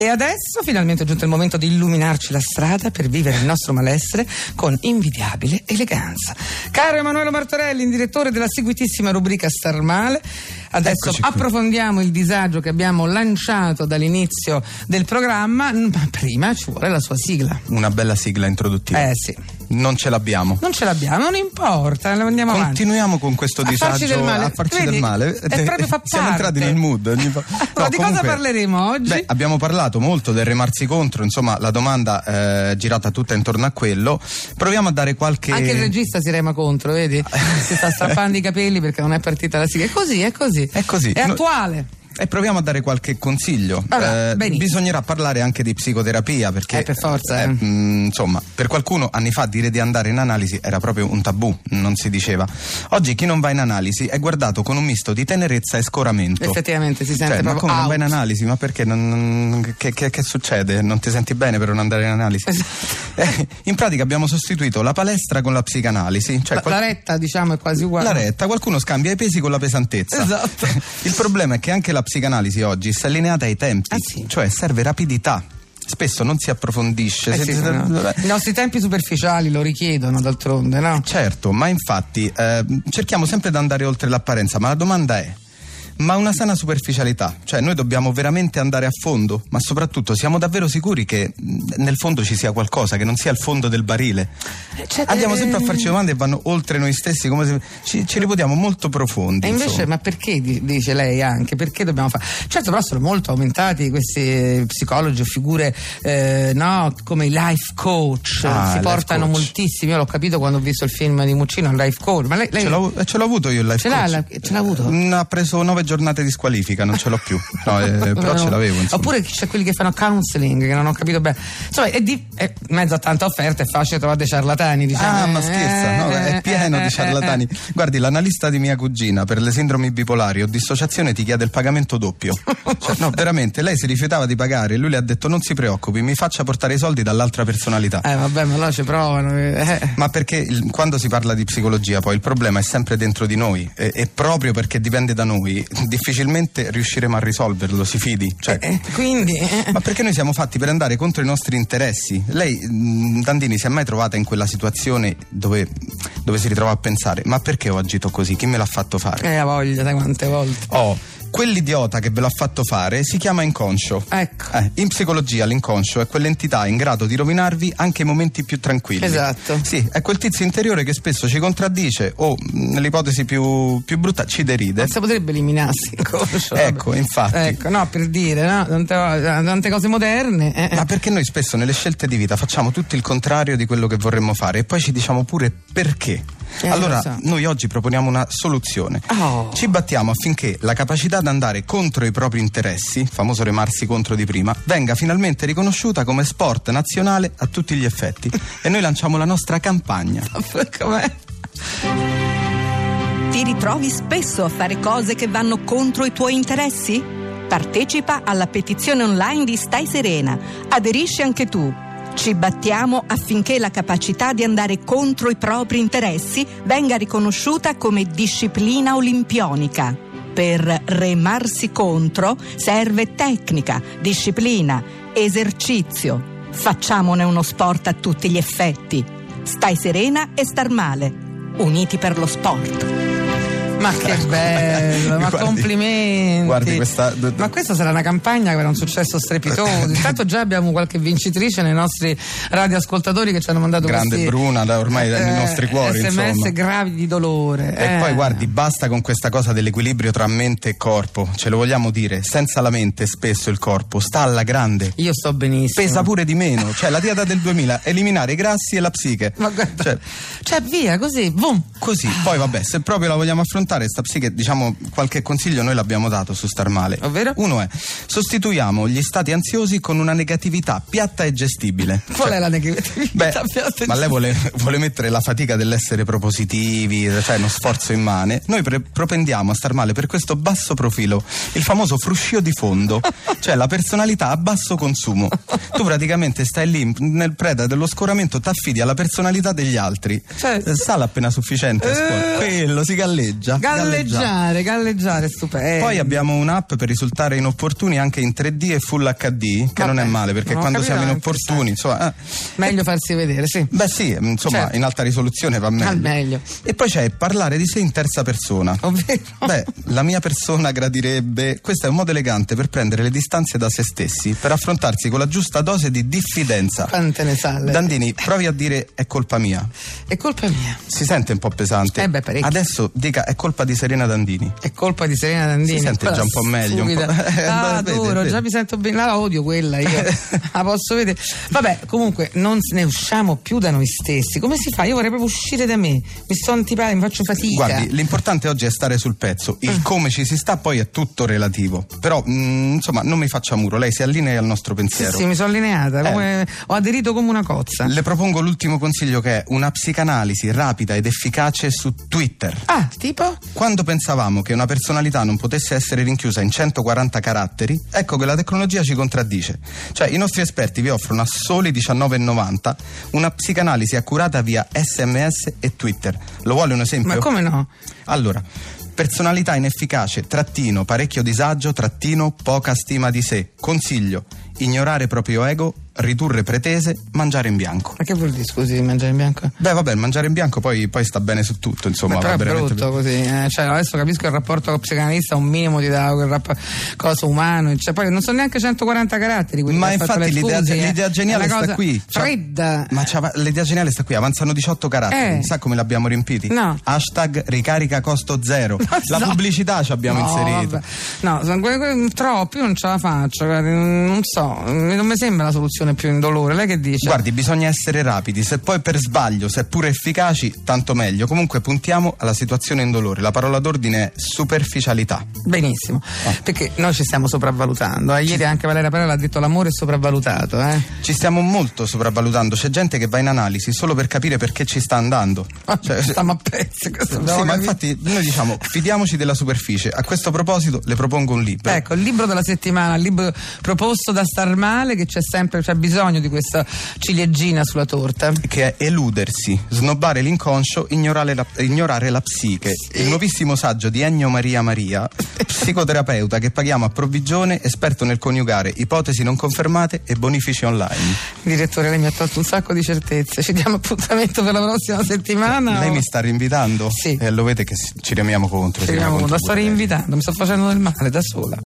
E adesso finalmente è giunto il momento di illuminarci la strada per vivere il nostro malessere con invidiabile eleganza. Caro Emanuele Martorelli, direttore della seguitissima rubrica Star Male, adesso approfondiamo il disagio che abbiamo lanciato dall'inizio del programma, ma prima ci vuole la sua sigla. Una bella sigla introduttiva. Sì. Non ce l'abbiamo. Non importa, andiamo avanti. Continuiamo con questo disagio a farci del male. È proprio fa Siamo entrati nel mood. No, di comunque, cosa parleremo oggi? Abbiamo parlato molto del remarsi contro, insomma la domanda è girata tutta intorno a quello. Proviamo a dare qualche... Anche il regista si rema contro, vedi? Si sta strappando i capelli perché non è partita la sigla. È così. È attuale. E proviamo a dare qualche consiglio. Bisognerà parlare anche di psicoterapia perché per forza insomma, per qualcuno anni fa dire di andare in analisi era proprio un tabù, non si diceva. Oggi chi non va in analisi è guardato con un misto di tenerezza e scoramento. Effettivamente si sente proprio ma come out. Non vai in analisi? Ma perché? Che succede? Non ti senti bene per non andare in analisi? In pratica abbiamo sostituito la palestra con la psicanalisi, la retta diciamo è quasi uguale. La retta, qualcuno scambia i pesi con la pesantezza. Esatto. Il problema è che anche la psicanalisi oggi si è allineata ai tempi, cioè serve rapidità. Spesso non si approfondisce. I nostri tempi superficiali lo richiedono, d'altronde, no? Certo, ma infatti cerchiamo sempre di andare oltre l'apparenza, ma la domanda è: ma una sana superficialità? Cioè noi dobbiamo veramente andare a fondo? Ma soprattutto siamo davvero sicuri che nel fondo ci sia qualcosa, che non sia il fondo del barile? Andiamo sempre a farci domande e vanno oltre noi stessi, come se ci riputiamo molto profondi. E invece, ma perché, dice lei anche, perché dobbiamo fare? Certo, però sono molto aumentati questi psicologi o figure come i life coach, si portano moltissimi. Io l'ho capito quando ho visto il film di Muccino, il life coach. Ma lei... Ce l'ho avuto io il life coach. Ce l'ha avuto? Ha preso 9 giornate di squalifica, non ce l'ho più. Però ce l'avevo, insomma. Oppure c'è quelli che fanno counseling, che non ho capito bene. Insomma, è in mezzo a tanta offerta è facile trovare dei ciarlatani, diciamo. Ma scherza, è pieno di ciarlatani. Guardi, l'analista di mia cugina per le sindromi bipolari o dissociazione ti chiede il pagamento doppio. Veramente, lei si rifiutava di pagare e lui le ha detto: non si preoccupi, mi faccia portare i soldi dall'altra personalità. Vabbè, ma là ci provano. Ma perché quando si parla di psicologia poi il problema è sempre dentro di noi e proprio perché dipende da noi difficilmente riusciremo a risolverlo, si fidi. Quindi ma perché noi siamo fatti per andare contro i nostri interessi. Lei, Dandini, si è mai trovata in quella situazione dove si ritrova a pensare: ma perché ho agito così? Chi me l'ha fatto fare? Ha voglia, sai quante volte. Quell'idiota che ve l'ha fatto fare si chiama inconscio. Ecco. In psicologia l'inconscio è quell'entità in grado di rovinarvi anche i momenti più tranquilli. Esatto. Sì, è quel tizio interiore che spesso ci contraddice o, nell'ipotesi più brutta, ci deride. Non si potrebbe eliminarsi inconscio. Ecco, infatti. Ecco, no, per dire, no? Tante cose moderne. Ma perché noi spesso nelle scelte di vita facciamo tutto il contrario di quello che vorremmo fare e poi ci diciamo pure perché. Allora, noi oggi proponiamo una soluzione. Ci battiamo affinché la capacità di andare contro i propri interessi, famoso remarsi contro di prima, venga finalmente riconosciuta come sport nazionale a tutti gli effetti. E noi lanciamo la nostra campagna. Com'è? Ti ritrovi spesso a fare cose che vanno contro i tuoi interessi? Partecipa alla petizione online di Stai Serena. Aderisci anche tu. Ci battiamo affinché la capacità di andare contro i propri interessi venga riconosciuta come disciplina olimpionica. Per remarsi contro serve tecnica, disciplina, esercizio. Facciamone uno sport a tutti gli effetti. Stai Serena e Star Male, uniti per lo sport. Ma che bello, ma complimenti. Guardi questa... Ma questa sarà una campagna che avrà un successo strepitoso. Intanto già abbiamo qualche vincitrice nei nostri radioascoltatori che ci hanno mandato grande Bruna, ormai nei nostri cuori, SMS insomma. gravi di dolore. E poi guardi, basta con questa cosa dell'equilibrio tra mente e corpo. Ce lo vogliamo dire, senza la mente spesso il corpo sta alla grande. Io sto benissimo. Pesa pure di meno, cioè la dieta del 2000, eliminare i grassi e la psiche. Ma guarda, cioè via, così, boom. Così, poi vabbè, se proprio la vogliamo affrontare sta psiche, diciamo, qualche consiglio noi l'abbiamo dato su Star Male. Ovvero? Uno è: sostituiamo gli stati ansiosi con una negatività piatta e gestibile. Qual è la negatività piatta? Ma lei vuole mettere la fatica dell'essere propositivi, cioè uno sforzo immane. Noi propendiamo a Star Male per questo basso profilo, il famoso fruscio di fondo, cioè la personalità a basso consumo. Tu praticamente stai lì nel preda dello scoramento, t'affidi alla personalità degli altri. Sala appena sufficiente a scuola, quello si galleggia. Galleggiare, stupendo. Poi abbiamo un'app per risultare inopportuni anche in 3D e Full HD, che non è male, perché quando siamo inopportuni, insomma, meglio farsi vedere, sì. Beh sì, insomma, certo. In alta risoluzione va meglio. E poi c'è parlare di sé in terza persona. Ovvero? Beh, la mia persona gradirebbe. Questo è un modo elegante per prendere le distanze da se stessi, per affrontarsi con la giusta dose di diffidenza. Quante ne sa lei? Dandini, provi a dire è colpa mia. È colpa mia. Si sente un po' pesante. Parecchio. Adesso dica è colpa di Serena Dandini. È colpa di Serena Dandini. Si sente già un po' meglio. Adoro, già mi sento bene. La odio quella, io la posso vedere. Vabbè, comunque non ne usciamo più da noi stessi. Come si fa? Io vorrei proprio uscire da me. Mi sto antipatico, mi faccio fatica. Guardi, l'importante oggi è stare sul pezzo. Il come ci si sta poi è tutto relativo. Però, insomma, non mi faccia muro. Lei si allinea al nostro pensiero. Sì, mi sono allineata. Ho aderito come una cozza. Le propongo l'ultimo consiglio, che è una psicanalisi rapida ed efficace su Twitter. Ah, tipo? Quando pensavamo che una personalità non potesse essere rinchiusa in 140 caratteri, ecco che la tecnologia ci contraddice. Cioè, i nostri esperti vi offrono a soli $19,90 una psicanalisi accurata via SMS e Twitter. Lo vuole un esempio? Ma come no? Allora, personalità inefficace, _ parecchio disagio, _ poca stima di sé. Consiglio: ignorare proprio ego, ridurre pretese, mangiare in bianco. Ma che vuol dire, scusi, mangiare in bianco? Beh, vabbè, il mangiare in bianco poi sta bene su tutto, insomma. Ma va però è brutto così. Cioè, adesso capisco il rapporto con lo psicanalista, un minimo ti dà quel coso umano. Cioè, poi non sono neanche 140 caratteri. Ma infatti l'idea geniale sta qui. Fredda. Ma l'idea geniale sta qui, avanzano 18 caratteri. Sa come l'abbiamo riempiti? No. Hashtag ricarica costo zero. La pubblicità ci abbiamo inserito. Vabbè. No, sono troppi, io non ce la faccio. Non so, non mi sembra la soluzione più indolore. Lei che dice? Guardi, bisogna essere rapidi. Se poi per sbaglio, se pure efficaci, tanto meglio. Comunque puntiamo alla situazione indolore. La parola d'ordine è superficialità. Benissimo, perché noi ci stiamo sopravvalutando. Ieri anche Valeria Parella ha detto l'amore è sopravvalutato. Ci stiamo molto sopravvalutando. C'è gente che va in analisi solo per capire perché ci sta andando. Stiamo a pezzi. Ma infatti noi diciamo fidiamoci della superficie. A questo proposito le propongo un libro. Ecco, il libro della settimana, il libro proposto da Star Male, che c'è bisogno di questa ciliegina sulla torta, che è Eludersi, snobbare l'inconscio, ignorare la psiche. Il nuovissimo saggio di Ennio Maria, psicoterapeuta che paghiamo a provvigione, esperto nel coniugare ipotesi non confermate e bonifici online. Direttore, lei mi ha tolto un sacco di certezze. Ci diamo appuntamento per la prossima settimana? Lei mi sta rinvitando? Sì. Lo vede che ci remiamo contro. La sto rinvitando, mi sto facendo del male da sola.